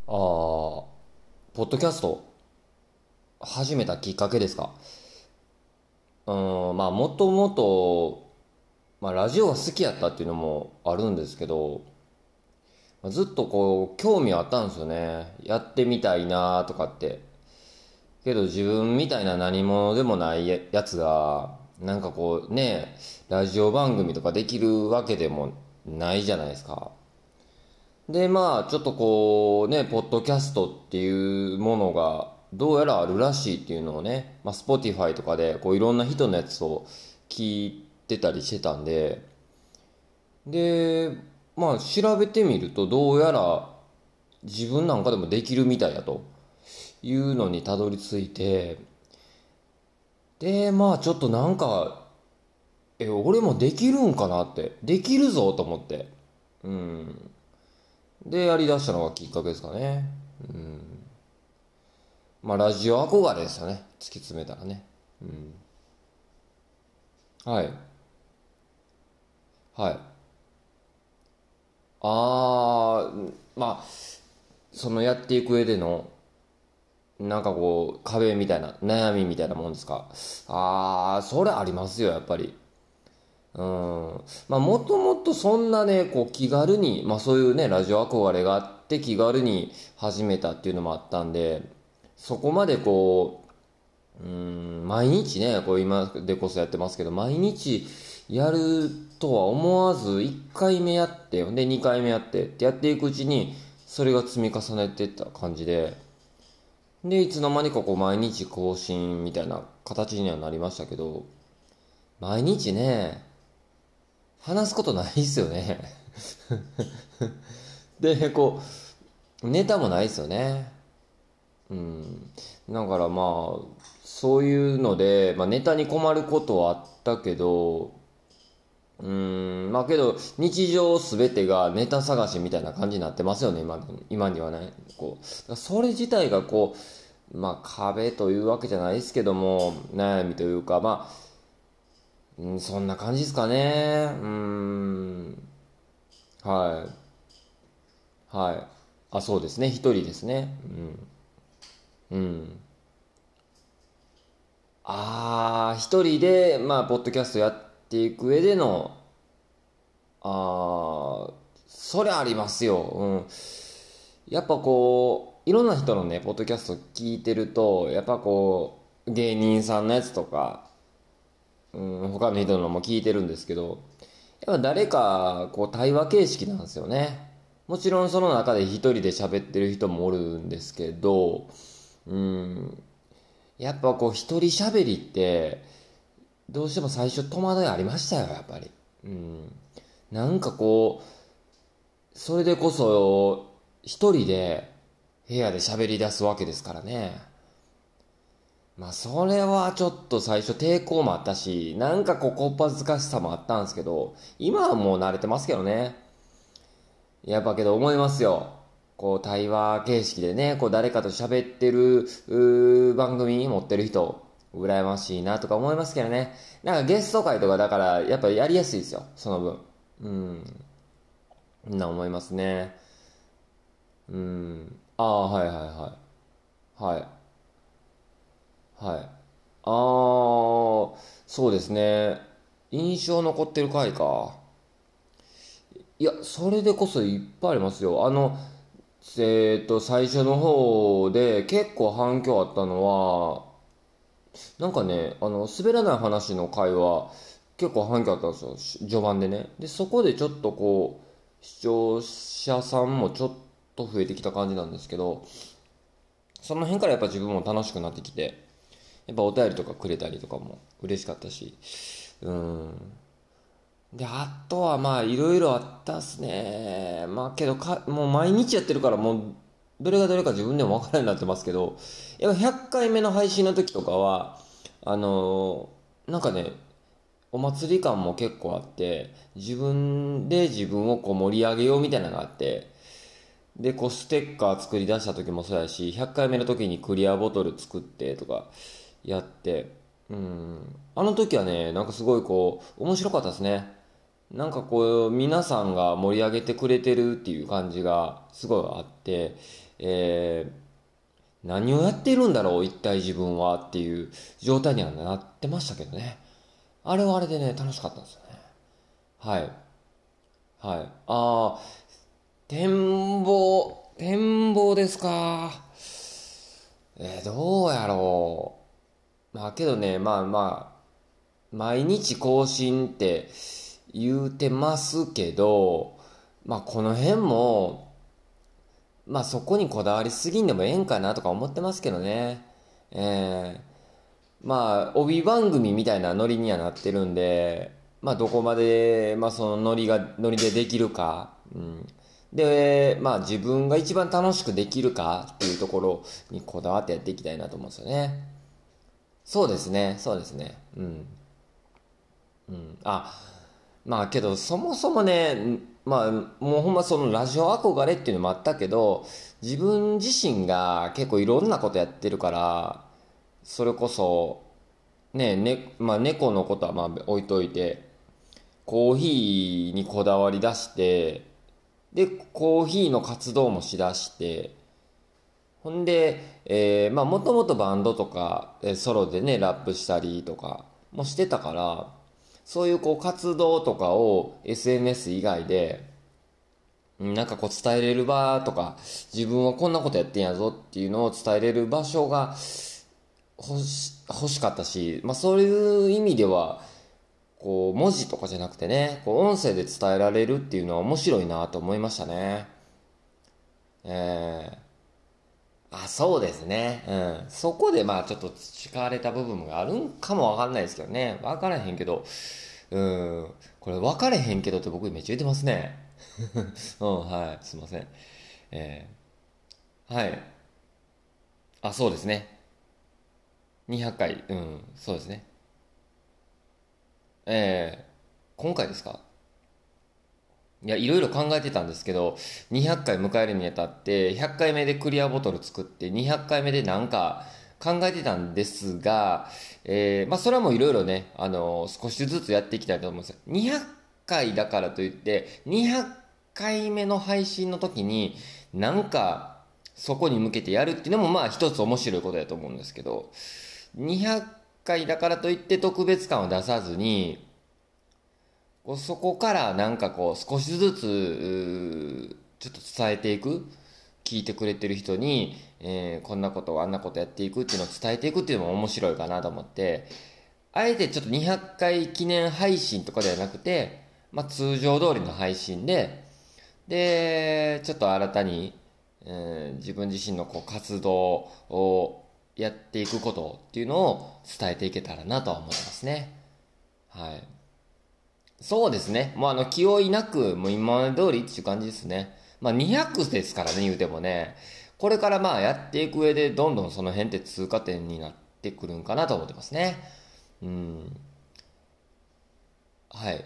ああ、ポッドキャスト始めたきっかけですか？まあもともと、ラジオが好きやったっていうのもあるんですけど、ずっとこう興味はあったんですよね。やってみたいなとかって。けど自分みたいな何者でもないやつが、なんかこうね、ラジオ番組とかできるわけでもないじゃないですか。で、ちょっとこうね、ポッドキャストっていうものがどうやらあるらしいっていうのをね、Spotify とかでこういろんな人のやつを聞いてたりしてたんで、で、調べてみるとどうやら自分なんかでもできるみたいやというのにたどり着いて、で、ちょっとなんか、俺もできるんかなって、できるぞと思って、うん。で、やりだしたのがきっかけですかね。ラジオ憧れですよね。突き詰めたらね。はい。はい。そのやっていく上での、なんかこう、壁みたいな、悩みみたいなもんですか？それありますよ、やっぱり。うん。もともとそんなね、こう、気軽に、そういうね、ラジオ憧れがあって気軽に始めたっていうのもあったんで、そこまでこ毎日ね、こう今でこそやってますけど、毎日やるとは思わず、1回目やって、で、2回目やってってやっていくうちに、それが積み重ねていった感じで、で、いつの間にかこう毎日更新みたいな形にはなりましたけど、毎日ね、話すことないっすよね。で、こう、ネタもないっすよね。うん。だからそういうので、ネタに困ることはあったけど、けど、日常すべてがネタ探しみたいな感じになってますよね、今にはね。こう、だからそれ自体がこう、壁というわけじゃないですけども、悩みというか、そんな感じですかね。はい。はい。そうですね、一人ですね。うん。一人で、ポッドキャストやっていく上での、ああ、そりゃありますよ。やっぱこう、いろんな人のね、ポッドキャスト聞いてると、やっぱこう、芸人さんのやつとか、他の人のも聞いてるんですけど、やっぱ誰か、こう、対話形式なんですよね。もちろんその中で一人で喋ってる人もおるんですけど、やっぱこう、一人喋りって、どうしても最初戸惑いありましたよ、やっぱり。なんかこう、それでこそ、一人で部屋で喋り出すわけですからね。それはちょっと最初抵抗もあったし、なんかこう、こっぱずかしさもあったんですけど、今はもう慣れてますけどね。やっぱけど思いますよ。こう、対話形式でね、こう、誰かと喋ってる、番組持ってる人、羨ましいなとか思いますけどね。なんかゲスト会とかだから、やっぱやりやすいですよ、その分。思いますね。はいはいはい。はい。はい。そうですね。印象残ってる回か。いや、それでこそいっぱいありますよ。最初の方で結構反響あったのは、なんかね、滑らない話の会話、結構反響あったんですよ。序盤でね。で、そこでちょっとこう、視聴者さんもちょっと増えてきた感じなんですけど、その辺からやっぱ自分も楽しくなってきて、やっぱお便りとかくれたりとかも嬉しかったし、うん。で、あとはいろいろあったっすね。けどもう毎日やってるからもう、どれがどれか自分でも分からないようになってますけど、やっぱ100回目の配信の時とかは、なんかね、お祭り感も結構あって、自分で自分をこう盛り上げようみたいなのがあって、で、こうステッカー作り出した時もそうやし、100回目の時にクリアボトル作ってとかやって、あの時はね、なんかすごいこう、面白かったですね。 なんかこう、皆さんが盛り上げてくれてるっていう感じがすごいあって、え何をやっているんだろう、一体自分はっていう状態にはなってましたけどね。あれはあれでね、楽しかったんですよね。はい。はい。展望ですか。どうやろう。まあけどね、毎日更新って言うてますけど、まあこの辺も、まあそこにこだわりすぎんでもええんかなとか思ってますけどね。えまあ帯番組みたいなノリにはなってるんで、まあどこまで、まあそのノリでできるか。うん。で、まあ自分が一番楽しくできるかっていうところにこだわってやっていきたいなと思うんですよね。そうですね、そうですね。うん。うん。まあけど、そもそもね、まあ、もうほんまそのラジオ憧れっていうのもあったけど、自分自身が結構いろんなことやってるから、それこそ、まあ猫のことはまあ置いといて、コーヒーにこだわり出して、で、コーヒーの活動もしだして、ほんで、まあもともとバンドとか、ソロでね、ラップしたりとかもしてたから、そういうこう活動とかを SNS 以外で、なんかこう伝えれる場とか、自分はこんなことやってんやぞっていうのを伝えれる場所が欲しかったし、まあそういう意味では、こう文字とかじゃなくてね、こう音声で伝えられるっていうのは面白いなと思いましたね。えそうですね。うん。そこでまあちょっと培われた部分があるんかもわかんないですけどね。わからへんけど、うん。これ分かれへんけどって僕めっちゃ言ってますね。うん、はい。すいません。えはい。そうですね。200回。うん、そうですね。今回ですか？いや、いろいろ考えてたんですけど、200回迎えるにあたって、100回目でクリアボトル作って、200回目でなんか考えてたんですが、まあ、それはもういろいろね、少しずつやっていきたいと思うんですよ。200回だからといって、200回目の配信の時に、なんか、そこに向けてやるっていうのも、まあ、一つ面白いことだと思うんですけど、200回だからといって特別感を出さずに、そこからなんかこう少しずつちょっと伝えていく、聞いてくれてる人に、こんなことあんなことやっていくっていうのを伝えていくっていうのも面白いかなと思って、あえてちょっと200回記念配信とかではなくて、まあ、通常通りの配信でちょっと新たに、自分自身のこう活動をやっていくことっていうのを伝えていけたらなとは思ってますね。はい。そうですね。もう気負いなく、もう今まで通りっていう感じですね。まあ200ですからね、言うてもね。これからまあやっていく上で、どんどんその辺って通過点になってくるんかなと思ってますね。うん。はい。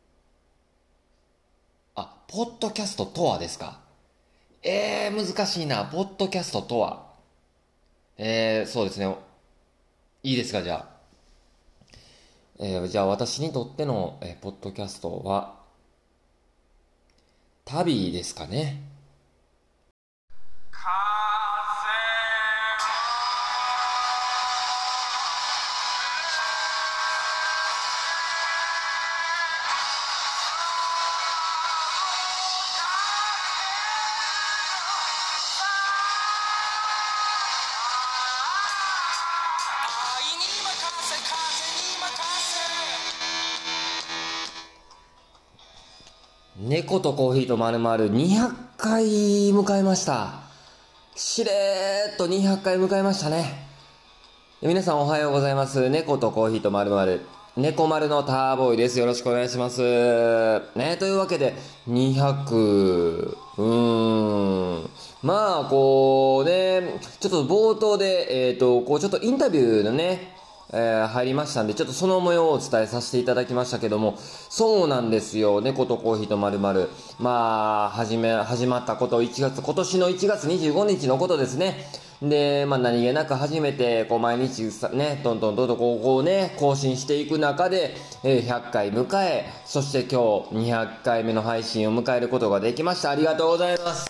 ポッドキャストとはですか？難しいな。ポッドキャストとは。そうですね。いいですか、じゃあ。じゃあ私にとっての、ポッドキャストは、旅ですかね。猫とコーヒーとまるまる200回迎えました。しれーっと200回迎えましたね。皆さんおはようございます。猫とコーヒーとまるまる。猫丸のターボーイです。よろしくお願いします。ね、というわけで、200、まあ、こうね、ちょっと冒頭で、こうちょっとインタビューのね、入りましたんで、ちょっとその模様をお伝えさせていただきましたけども、そうなんですよ。猫とコーヒーとまるまる。まあ、始まったこと、今年の1月25日のことですね。 で、何気なく始めて、毎日ね、どんどんこうね、更新していく中で、100回迎え、そして今日200回目の配信を迎えることができました。ありがとうございます。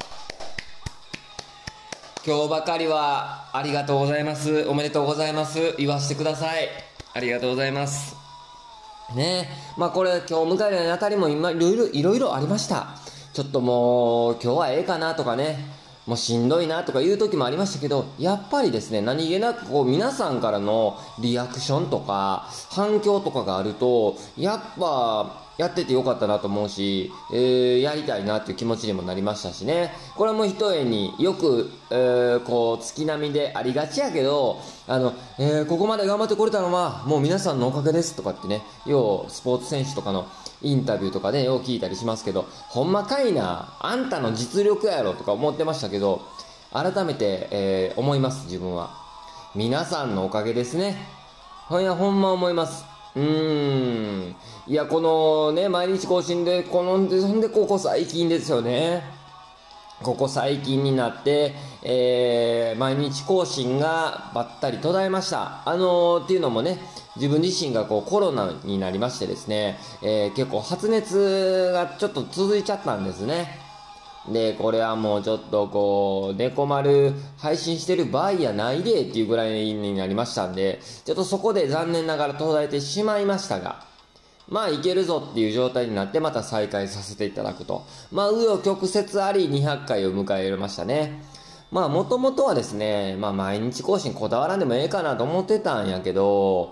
今日ばかりはありがとうございます。おめでとうございます。言わせてください。ありがとうございます。ねこれ今日迎えるにあたりも今いろいろありました。ちょっともう今日はええかなとかね、もうしんどいなとかいう時もありましたけど、やっぱりですね、何気なく皆さんからのリアクションとか反響とかがあると、やっぱやっててよかったなと思うし、やりたいなっていう気持ちにもなりましたしね。これも一重によく、月並みでありがちやけど、ここまで頑張ってこれたのはもう皆さんのおかげですとかってね、要スポーツ選手とかのインタビューとかでよう聞いたりしますけど、ほんまかいな、あんたの実力やろとか思ってましたけど、改めて、思います。自分は皆さんのおかげですね。ほんま思います。いや、このね、毎日更新で、そんでここ最近ですよね。ここ最近になって、毎日更新がばったり途絶えました。っていうのもね、自分自身がコロナになりましてですね、結構発熱がちょっと続いちゃったんですね。で、これはもうちょっと猫丸配信してる場合やないでっていうぐらいになりましたんで、ちょっとそこで残念ながら途絶えてしまいましたが、いけるぞっていう状態になってまた再開させていただくと。紆余曲折あり200回を迎えましたね。もともとはですね、毎日更新こだわらんでもええかなと思ってたんやけど、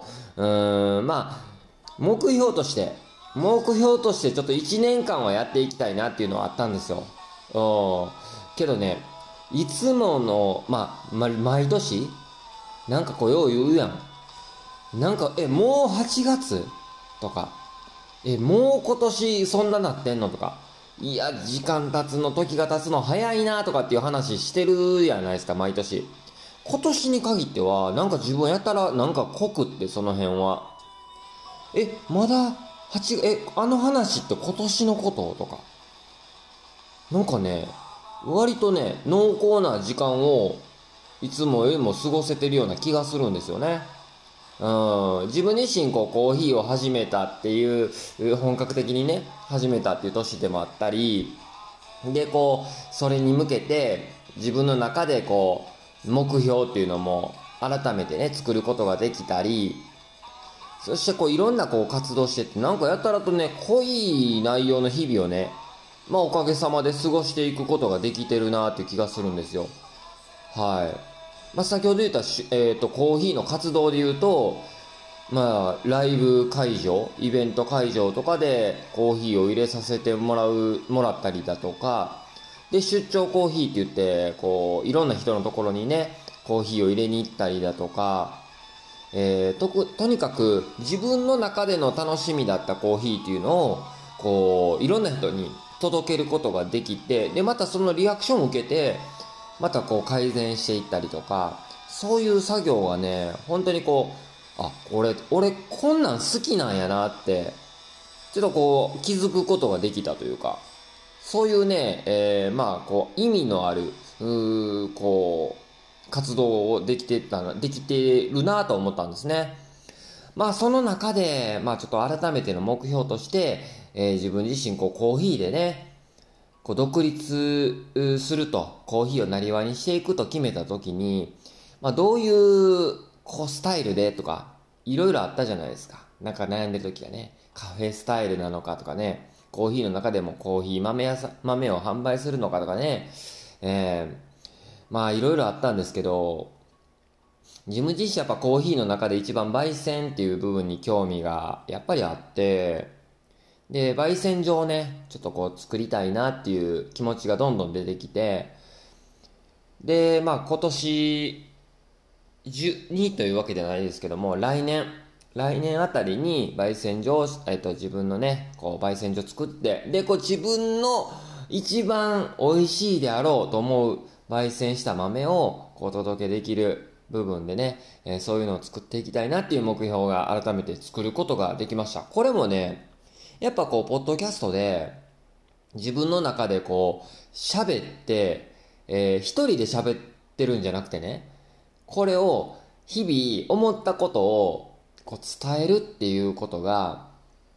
目標としてちょっと1年間はやっていきたいなっていうのはあったんですよ。けどね、いつもの、毎年、よう言うやん。もう8月とか、もう今年そんななってんのとか、いや、時間経つの、時が経つの早いなとかっていう話してるやないですか、毎年。今年に限っては、自分やたら、濃くって、その辺は。まだ、あの話って今年のこととか。割とね、濃厚な時間を、いつもよりも過ごせてるような気がするんですよね。自分自身コーヒーを始めたっていう、本格的にね、始めたっていう年でもあったり、で、それに向けて、自分の中で目標っていうのも、改めてね、作ることができたり、そしていろんな活動してって、やたらとね、濃い内容の日々をね、おかげさまで過ごしていくことができてるなっていう気がするんですよ。はい。先ほど言った、コーヒーの活動で言うと、ライブ会場、イベント会場とかでコーヒーを入れさせてもらったりだとか、で、出張コーヒーって言って、いろんな人のところにね、コーヒーを入れに行ったりだとか、とにかく自分の中での楽しみだったコーヒーっていうのを、いろんな人に届けることができて、で、またそのリアクションを受けて、また改善していったりとか、そういう作業がね、本当に俺こんなん好きなんやなって、ちょっと気づくことができたというか、そういうね、意味のある、活動をできてるなと思ったんですね。その中で、ちょっと改めての目標として、自分自身コーヒーでね、独立すると、コーヒーをなりわにしていくと決めたときに、どういうスタイルでとか、いろいろあったじゃないですか。悩んでる時はね、カフェスタイルなのかとかね、コーヒーの中でもコーヒー豆を販売するのかとかね、いろいろあったんですけど、自分自身やっぱコーヒーの中で一番焙煎っていう部分に興味がやっぱりあって、で、焙煎場をね、ちょっと作りたいなっていう気持ちがどんどん出てきて、で、今年中にというわけではないですけども、来年あたりに焙煎所を、自分のね、焙煎所作って、で、自分の一番美味しいであろうと思う焙煎した豆をお届けできる部分でね、そういうのを作っていきたいなっていう目標が改めて作ることができました。これもね、やっぱポッドキャストで自分の中で喋って、一人で喋ってるんじゃなくてね、これを日々思ったことをこう伝えるっていうことが、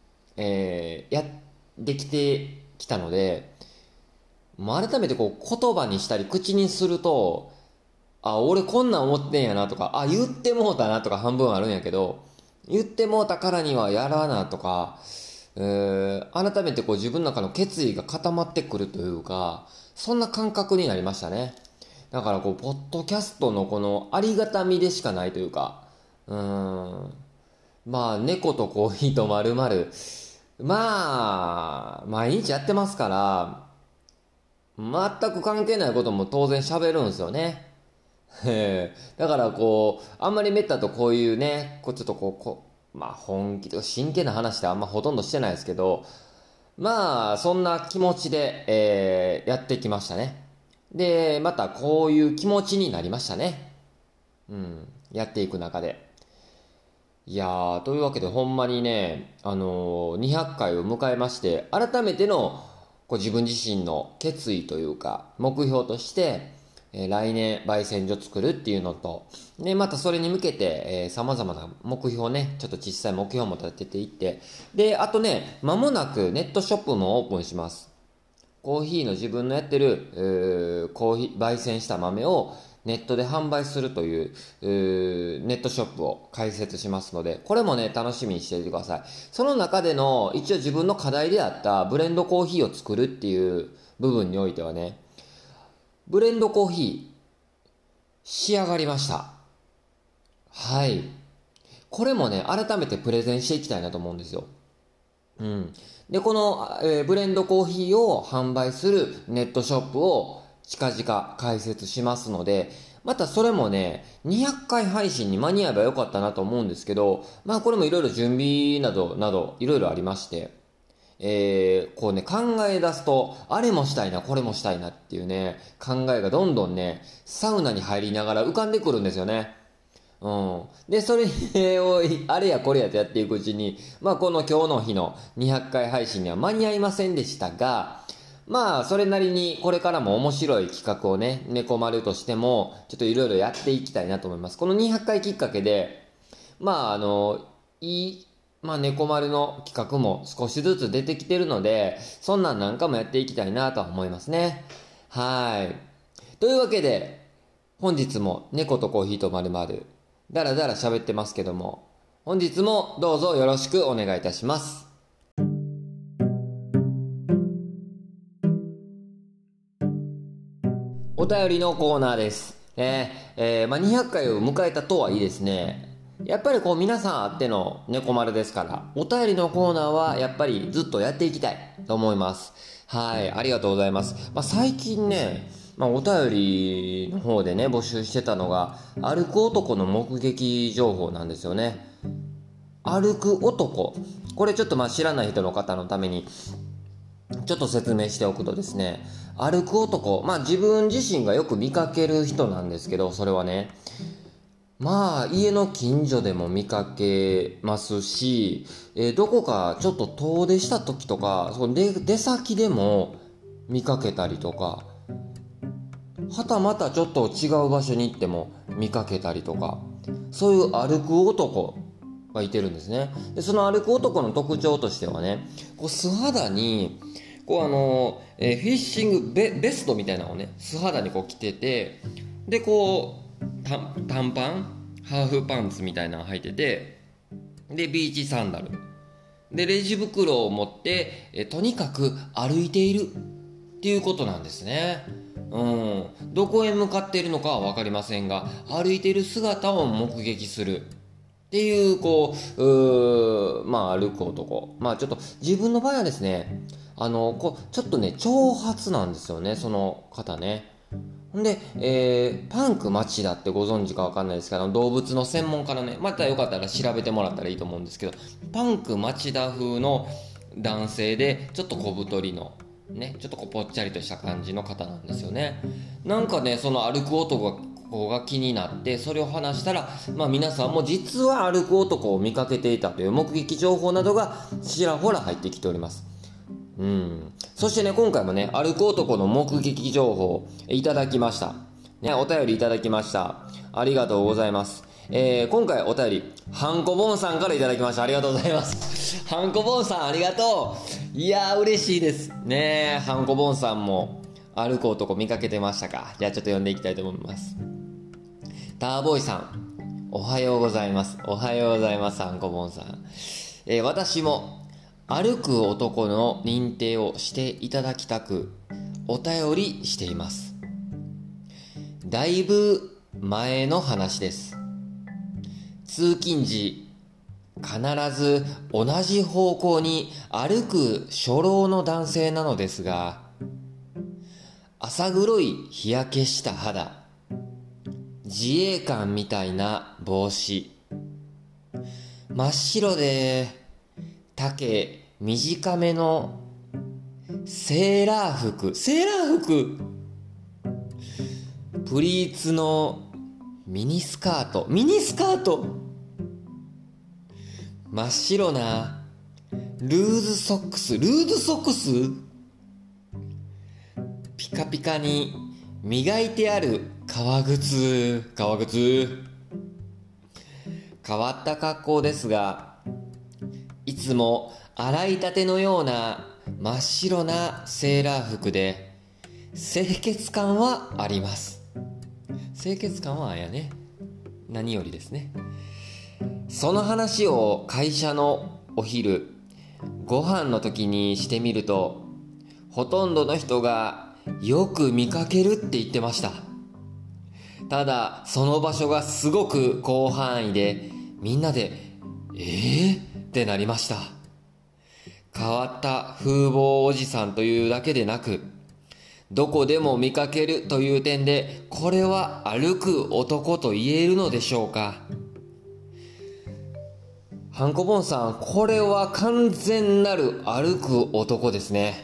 できてきたので、もう改めてこう言葉にしたり口にすると、あ、俺こんなん思ってんやなとか、あ、言ってもうたなとか半分あるんやけど、言ってもうたからにはやらなとか、改めてこう自分の中の決意が固まってくるというか、そんな感覚になりましたね。だからこう、ポッドキャストのこのありがたみでしかないというか、まあ、猫とコーヒーとまるまる、まあ、毎日やってますから、全く関係ないことも当然喋るんですよね。だからこう、あんまりめったとこういうね、ちょっとまあ本気とか真剣な話ってあんまほとんどしてないですけど、まあそんな気持ちで、やってきましたね。で、またこういう気持ちになりましたね。やっていく中で。いやー、というわけでほんまにね、200回を迎えまして、改めての自分自身の決意というか、目標として、来年焙煎所作るっていうのと、で、またそれに向けて、様々な目標をね、ちょっと小さい目標も立てていって、で、あとね、間もなくネットショップもオープンします。コーヒーの自分のやってる、コーヒー、焙煎した豆をネットで販売するという、ネットショップを開設しますので、これもね、楽しみにしていてください。その中での、一応自分の課題であったブレンドコーヒーを作るっていう部分においてはね、ブレンドコーヒー、仕上がりました。はい。これもね、改めてプレゼンしていきたいなと思うんですよ。で、この、ブレンドコーヒーを販売するネットショップを近々開設しますので、またそれもね、200回配信に間に合えばよかったなと思うんですけど、まあこれもいろいろ準備などいろいろありまして、こうね、考え出すと、あれもしたいな、これもしたいなっていうね、考えがどんどんね、サウナに入りながら浮かんでくるんですよね。で、それを、あれやこれやとやっていくうちに、まあこの今日の日の200回配信には間に合いませんでしたが、まあそれなりにこれからも面白い企画をね、猫丸としても、ちょっといろいろやっていきたいなと思います。この200回きっかけで、まあまあ猫丸の企画も少しずつ出てきてるので、そんなんなんかもやっていきたいなとは思いますね。はい。というわけで、本日も猫とコーヒーとまるまるだらだら喋ってますけども、本日もどうぞよろしくお願いいたします。お便りのコーナーです。まあ、200回を迎えたとはいいですね、やっぱりこう皆さんあっての猫丸ですから、お便りのコーナーはやっぱりずっとやっていきたいと思います。はい、ありがとうございます。まあ、最近ね、まあ、お便りの方でね、募集してたのが、歩く男の目撃情報なんですよね。歩く男。これちょっとまあ知らない人の方のために、ちょっと説明しておくとですね、歩く男。まあ自分自身がよく見かける人なんですけど、それはね、まあ家の近所でも見かけますし、どこかちょっと遠出した時とか、その出先でも見かけたりとか、はたまたちょっと違う場所に行っても見かけたりとか、そういう歩く男がいてるんですね。でその歩く男の特徴としてはね、こう素肌にこうフィッシングベストみたいなのをね、素肌にこう着てて、でこう短パンハーフパンツみたいなの履いてて、でビーチサンダルでレジ袋を持って、とにかく歩いているっていうことなんですね。どこへ向かっているのかは分かりませんが、歩いている姿を目撃するっていうまあ歩く男。まあちょっと自分の場合はですね、ちょっとね長髪なんですよね、その方ね。ほんで、パンク町田ってご存知かわかんないですけど、動物の専門家のね、またよかったら調べてもらったらいいと思うんですけど、パンク町田風の男性で、ちょっと小太りの、ね、ちょっとぽっちゃりとした感じの方なんですよね。なんかね、その歩く男が気になって、それを話したら、まあ皆さんも実は歩く男を見かけていたという目撃情報などがちらほら入ってきております。そしてね、今回もね、歩く男の目撃情報いただきました。 ね、お便りいただきました。ありがとうございます。今回お便り、ハンコボンさんからいただきました。ありがとうございます。ハンコボンさんありがとう。いやー嬉しいです。ねハンコボンさんも歩く男見かけてましたか？じゃあちょっと読んでいきたいと思います。ターボーイさん、おはようございます。おはようございます、ハンコボンさん。私も歩く男の認定をしていただきたく、お便りしています。だいぶ前の話です。通勤時、必ず同じ方向に歩く初老の男性なのですが、浅黒い日焼けした肌、自衛官みたいな帽子、真っ白で丈短めのセーラー服、プリーツのミニスカート、真っ白なルーズソックス、ピカピカに磨いてある革靴。変わった格好ですが、いつも洗いたてのような真っ白なセーラー服で清潔感はあります。清潔感は何よりですね。その話を会社のお昼ご飯の時にしてみると、ほとんどの人がよく見かけるって言ってました。ただその場所がすごく広範囲で、みんなでってなりました。変わった風貌おじさんというだけでなく、どこでも見かけるという点で、これは歩く男と言えるのでしょうか。ハンコボンさん、これは完全なる歩く男ですね。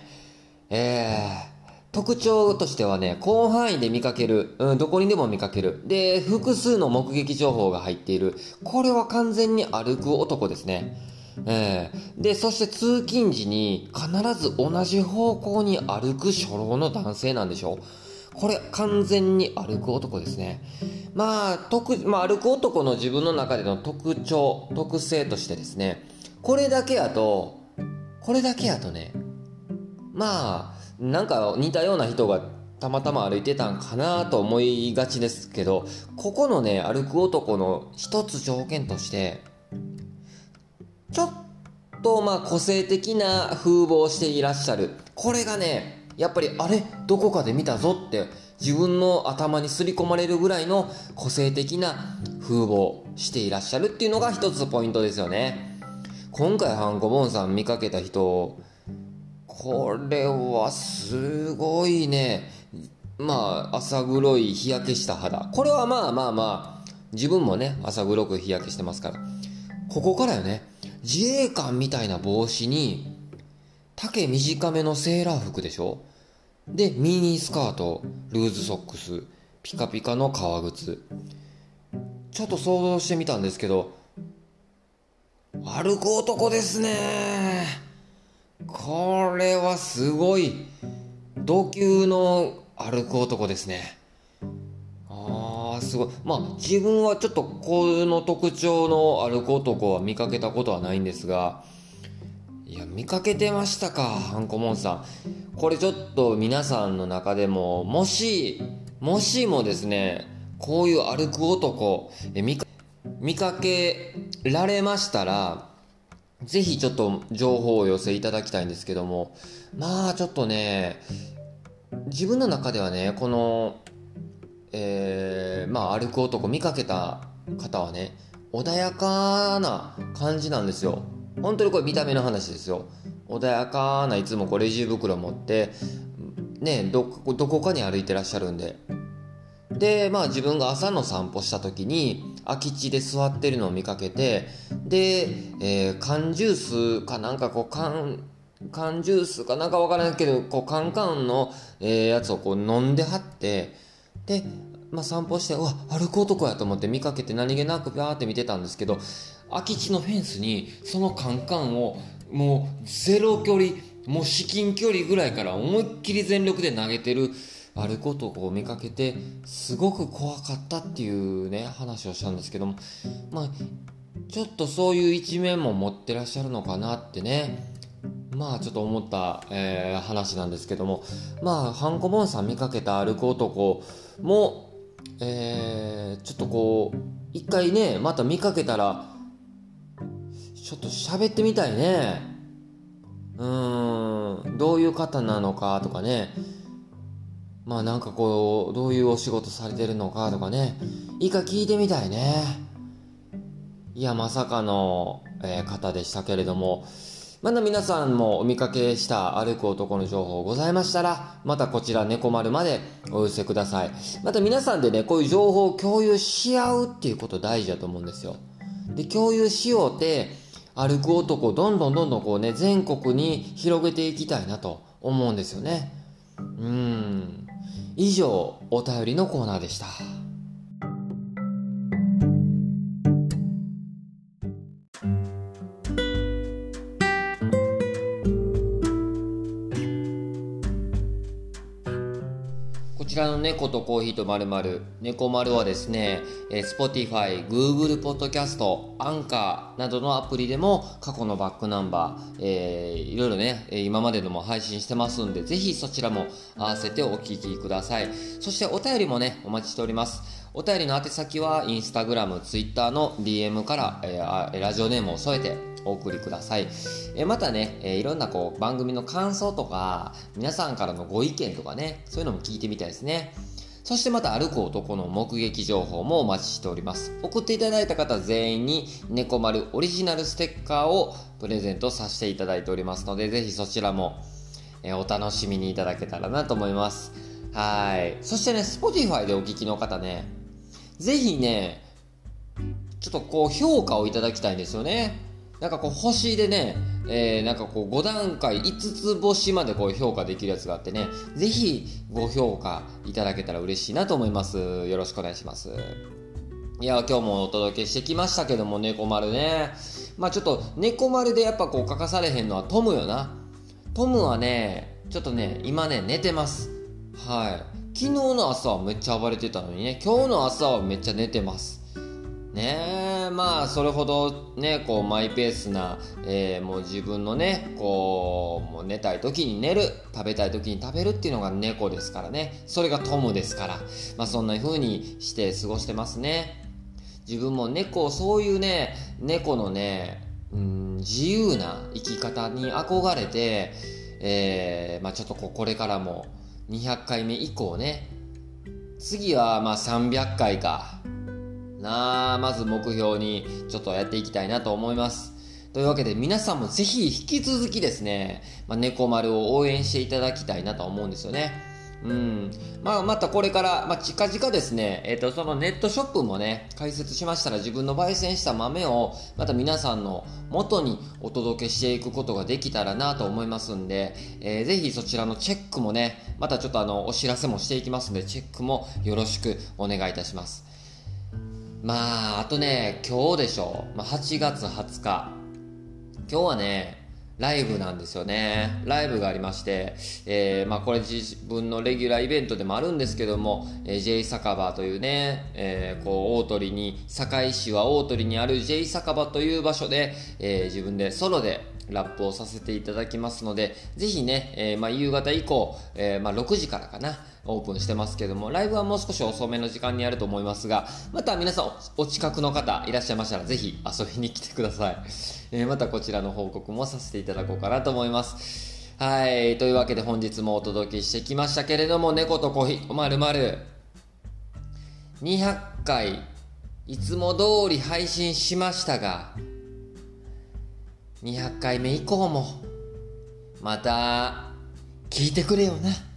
特徴としてはね、広範囲で見かける、どこにでも見かける。で、複数の目撃情報が入っている。これは完全に歩く男ですね。で、そして通勤時に必ず同じ方向に歩く初老の男性なんでしょう。これ完全に歩く男ですね。歩く男の自分の中での特性としてですね、これだけやとね、なんか似たような人がたまたま歩いてたんかなと思いがちですけど、ここのね、歩く男の一つ条件として、ちょっと個性的な風貌をしていらっしゃる。これがね、やっぱりどこかで見たぞって自分の頭に刷り込まれるぐらいの個性的な風貌していらっしゃるっていうのが一つポイントですよね。今回ハンコボンさん見かけた人、これはすごいね。浅黒い日焼けした肌。これは自分もね、浅黒く日焼けしてますから。ここからよね。自衛官みたいな帽子に、丈短めのセーラー服でしょ。で、ミニスカート、ルーズソックス、ピカピカの革靴。ちょっと想像してみたんですけど、歩く男ですね。これはすごい度級の歩く男ですね。すごい。自分はちょっとこの特徴の歩く男は見かけたことはないんですが、いや、見かけてましたか、ハンコモンさん。これちょっと皆さんの中でも、もしもですね、こういう歩く男、見かけられましたら、ぜひちょっと情報をお寄せいただきたいんですけども、ちょっとね、自分の中ではね、この、歩く男見かけた方はね、穏やかな感じなんですよ。本当にこれ見た目の話ですよ。穏やかな、いつもレジ袋持ってね、どこかに歩いてらっしゃるんで、で自分が朝の散歩した時に空き地で座ってるのを見かけて、で、缶ジュースかなんか缶ジュースかなんかわからないけどカンカンの、やつを飲んではって、で散歩して、うわ、歩く男やと思って見かけて、何気なくビャーって見てたんですけど、空き地のフェンスにそのカンカンをもうゼロ距離、もう至近距離ぐらいから思いっきり全力で投げてる歩く男を見かけてすごく怖かったっていうね話をしたんですけども、ちょっとそういう一面も持ってらっしゃるのかなってねちょっと思った、話なんですけども、ハンコボンさん見かけた歩く男も、ちょっと一回ねまた見かけたらちょっと喋ってみたいね。どういう方なのかとかね、どういうお仕事されてるのかとかね、一回聞いてみたいね。いやまさかの、方でしたけれども、まだ皆さんもお見かけした歩く男の情報ございましたら、またこちら猫丸までお寄せください。また皆さんでねこういう情報を共有し合うっていうこと大事だと思うんですよ。で共有しようって歩く男をどんどん全国に広げていきたいなと思うんですよね。以上お便りのコーナーでした。こちらの猫とコーヒーとまるまる猫丸はですね、Spotify、Google Podcast、Anchor などのアプリでも過去のバックナンバー、いろいろね今までのも配信してますんで、ぜひそちらも合わせてお聞きください。そしてお便りもねお待ちしております。お便りの宛先は Instagram、Twitter の DM から、ラジオネームを添えてお送りください。またね、いろんな番組の感想とか皆さんからのご意見とかね、そういうのも聞いてみたいですね。そしてまた歩く男の目撃情報もお待ちしております。送っていただいた方全員に猫丸オリジナルステッカーをプレゼントさせていただいておりますので、ぜひそちらも、お楽しみにいただけたらなと思います。はい。そしてね Spotify でお聞きの方ね、ぜひねちょっと評価をいただきたいんですよね。星でね、5段階5つ星まで評価できるやつがあってね、ぜひご評価いただけたら嬉しいなと思います。よろしくお願いします。いや今日もお届けしてきましたけども、猫丸ね、ちょっと猫丸でやっぱ欠かされへんのはトムよな。トムはねちょっとね今ね寝てます。はい。昨日の朝はめっちゃ暴れてたのにね、今日の朝はめっちゃ寝てますね。それほどねマイペースな、もう自分のねもう寝たい時に寝る、食べたい時に食べるっていうのが猫ですからね。それがトムですから、そんな風にして過ごしてますね。自分もそういうね猫のね自由な生き方に憧れて、ちょっとこれからも200回目以降ね、次は300回かな、まず目標にちょっとやっていきたいなと思います。というわけで皆さんもぜひ引き続きですね、猫丸を応援していただきたいなと思うんですよね。またこれから近々ですね、そのネットショップもね開設しましたら、自分の焙煎した豆をまた皆さんの元にお届けしていくことができたらなと思いますんで、ぜひそちらのチェックもね、またちょっとお知らせもしていきますので、チェックもよろしくお願いいたします。あとね今日でしょ、8月20日今日はねライブなんですよね。ライブがありまして、これ自分のレギュラーイベントでもあるんですけども、J 酒場というね、大鳥に、堺市は大鳥にある J 酒場という場所で、自分でソロでラップをさせていただきますので、ぜひね、夕方以降、6時からかなオープンしてますけども、ライブはもう少し遅めの時間にやると思いますが、また皆さん お近くの方いらっしゃいましたらぜひ遊びに来てください。またこちらの報告もさせていただこうかなと思います。はい、というわけで本日もお届けしてきましたけれども、猫とコーヒーまるまる200回いつも通り配信しましたが、200回目以降もまた聞いてくれよな。